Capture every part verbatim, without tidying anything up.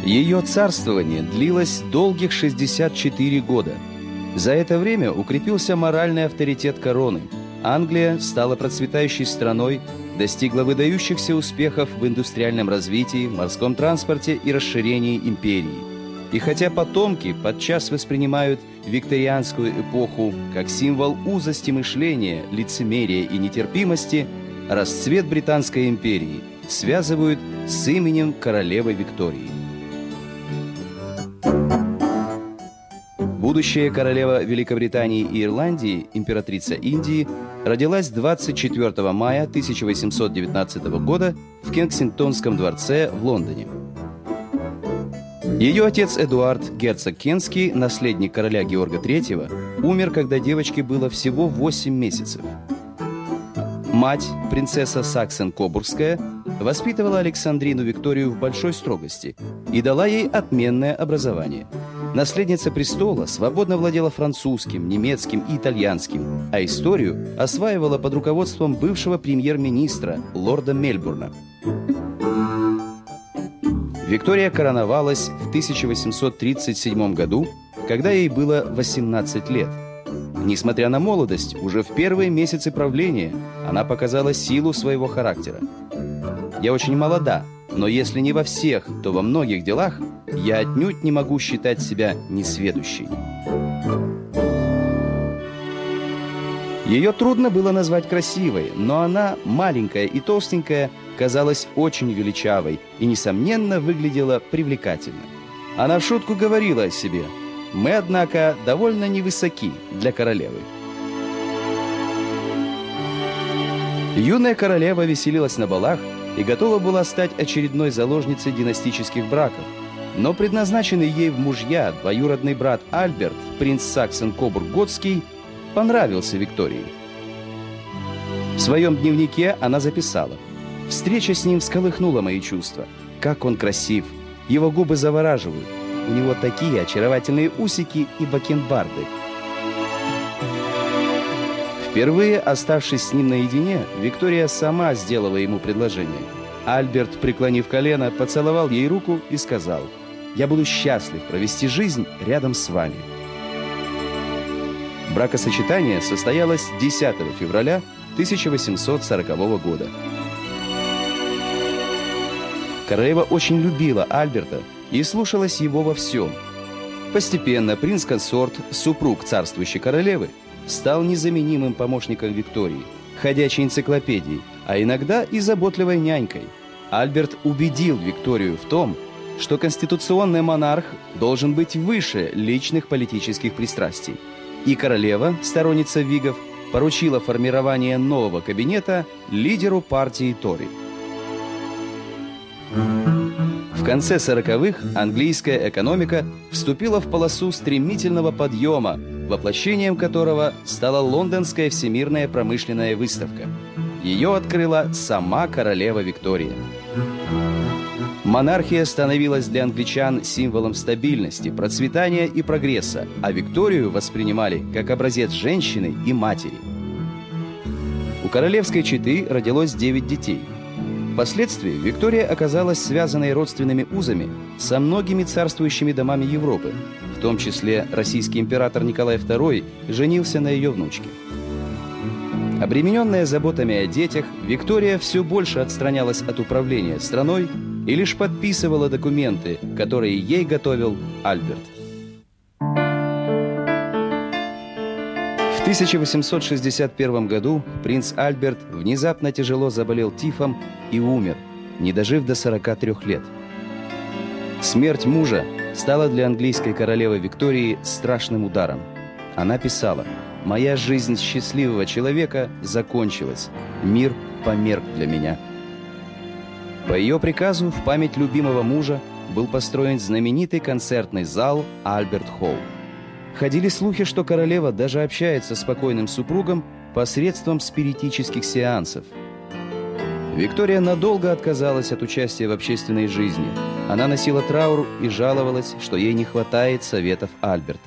Ее царствование длилось долгих шестьдесят четыре года. За это время укрепился моральный авторитет короны. Англия стала процветающей страной, достигла выдающихся успехов в индустриальном развитии, морском транспорте и расширении империи. И хотя потомки подчас воспринимают викторианскую эпоху как символ узости мышления, лицемерия и нетерпимости, расцвет Британской империи связывают с именем королевы Виктории. Будущая королева Великобритании и Ирландии, императрица Индии, родилась двадцать четвёртого мая тысяча восемьсот девятнадцатого года в Кенсингтонском дворце в Лондоне. Ее отец Эдуард, герцог Кентский, наследник короля Георга третьего, умер, когда девочке было всего восемь месяцев. Мать, принцесса Саксен-Кобургская, воспитывала Александрину Викторию в большой строгости и дала ей отменное образование. Наследница престола свободно владела французским, немецким и итальянским, а историю осваивала под руководством бывшего премьер-министра лорда Мельбурна. Виктория короновалась в тысяча восемьсот тридцать седьмом году, когда ей было восемнадцать лет. Несмотря на молодость, уже в первые месяцы правления она показала силу своего характера. «Я очень молода, но если не во всех, то во многих делах я отнюдь не могу считать себя несведущей». Ее трудно было назвать красивой, но она, маленькая и толстенькая, казалась очень величавой и, несомненно, выглядела привлекательно. Она в шутку говорила о себе: «Мы, однако, довольно невысоки для королевы». Юная королева веселилась на балах и готова была стать очередной заложницей династических браков. Но предназначенный ей в мужья двоюродный брат Альберт, принц Саксен-Кобург-Готский, понравился Виктории. В своем дневнике она записала: «Встреча с ним всколыхнула мои чувства. Как он красив! Его губы завораживают. У него такие очаровательные усики и бакенбарды». Впервые оставшись с ним наедине, Виктория сама сделала ему предложение. Альберт, преклонив колено, поцеловал ей руку и сказал: «Я буду счастлив провести жизнь рядом с вами». Бракосочетание состоялось десятого февраля тысяча восемьсот сорокового года. Королева очень любила Альберта и слушалась его во всем. Постепенно принц-консорт, супруг царствующей королевы, стал незаменимым помощником Виктории, ходячей энциклопедией, а иногда и заботливой нянькой. Альберт убедил Викторию в том, что конституционный монарх должен быть выше личных политических пристрастий. И королева, сторонница Вигов, поручила формирование нового кабинета лидеру партии Тори. В конце сороковых английская экономика вступила в полосу стремительного подъема, воплощением которого стала Лондонская всемирная промышленная выставка. Ее открыла сама королева Виктория. Монархия становилась для англичан символом стабильности, процветания и прогресса, а Викторию воспринимали как образец женщины и матери. У королевской четы родилось девять детей. Впоследствии Виктория оказалась связанной родственными узами со многими царствующими домами Европы, в том числе российский император Николай второй женился на ее внучке. Обремененная заботами о детях, Виктория все больше отстранялась от управления страной и лишь подписывала документы, которые ей готовил Альберт. В тысяча восемьсот шестьдесят первом году принц Альберт внезапно тяжело заболел тифом и умер, не дожив до сорока трёх лет. Смерть мужа стала для английской королевы Виктории страшным ударом. Она писала: «Моя жизнь счастливого человека закончилась. Мир померк для меня». По ее приказу в память любимого мужа был построен знаменитый концертный зал Альберт-Холл. Ходили слухи, что королева даже общается с покойным супругом посредством спиритических сеансов. Виктория надолго отказалась от участия в общественной жизни. Она носила траур и жаловалась, что ей не хватает советов Альберта.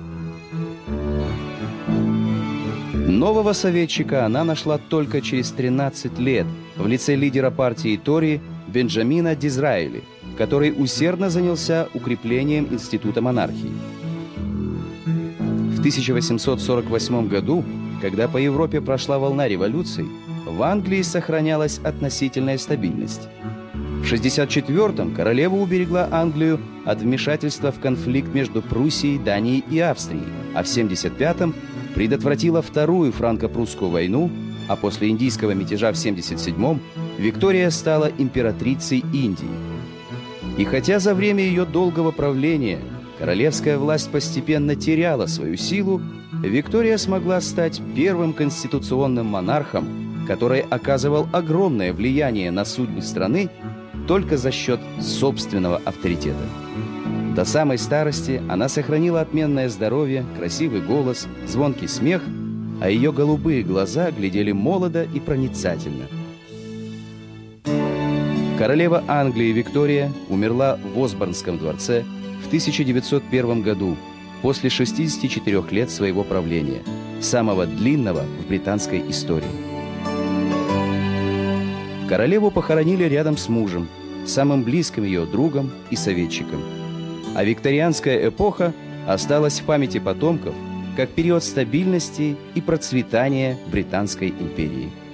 Нового советчика она нашла только через тринадцать лет в лице лидера партии Тори Бенджамина Дизраэли, который усердно занялся укреплением института монархии. В тысяча восемьсот сорок восьмом году, когда по Европе прошла волна революций, в Англии сохранялась относительная стабильность. В шестьдесят четвёртом королева уберегла Англию от вмешательства в конфликт между Пруссией, Данией и Австрией, а в семьдесят пятом предотвратила Вторую франко-прусскую войну, а после индийского мятежа в семьдесят седьмом Виктория стала императрицей Индии. И хотя за время ее долгого правления королевская власть постепенно теряла свою силу, Виктория смогла стать первым конституционным монархом, который оказывал огромное влияние на судьбы страны только за счет собственного авторитета. До самой старости она сохранила отменное здоровье, красивый голос, звонкий смех, а ее голубые глаза глядели молодо и проницательно. Королева Англии Виктория умерла в Осборнском дворце в тысяча девятьсот первом году, после шестидесяти четырёх лет своего правления, самого длинного в британской истории. Королеву похоронили рядом с мужем, самым близким ее другом и советчиком. А викторианская эпоха осталась в памяти потомков как период стабильности и процветания Британской империи.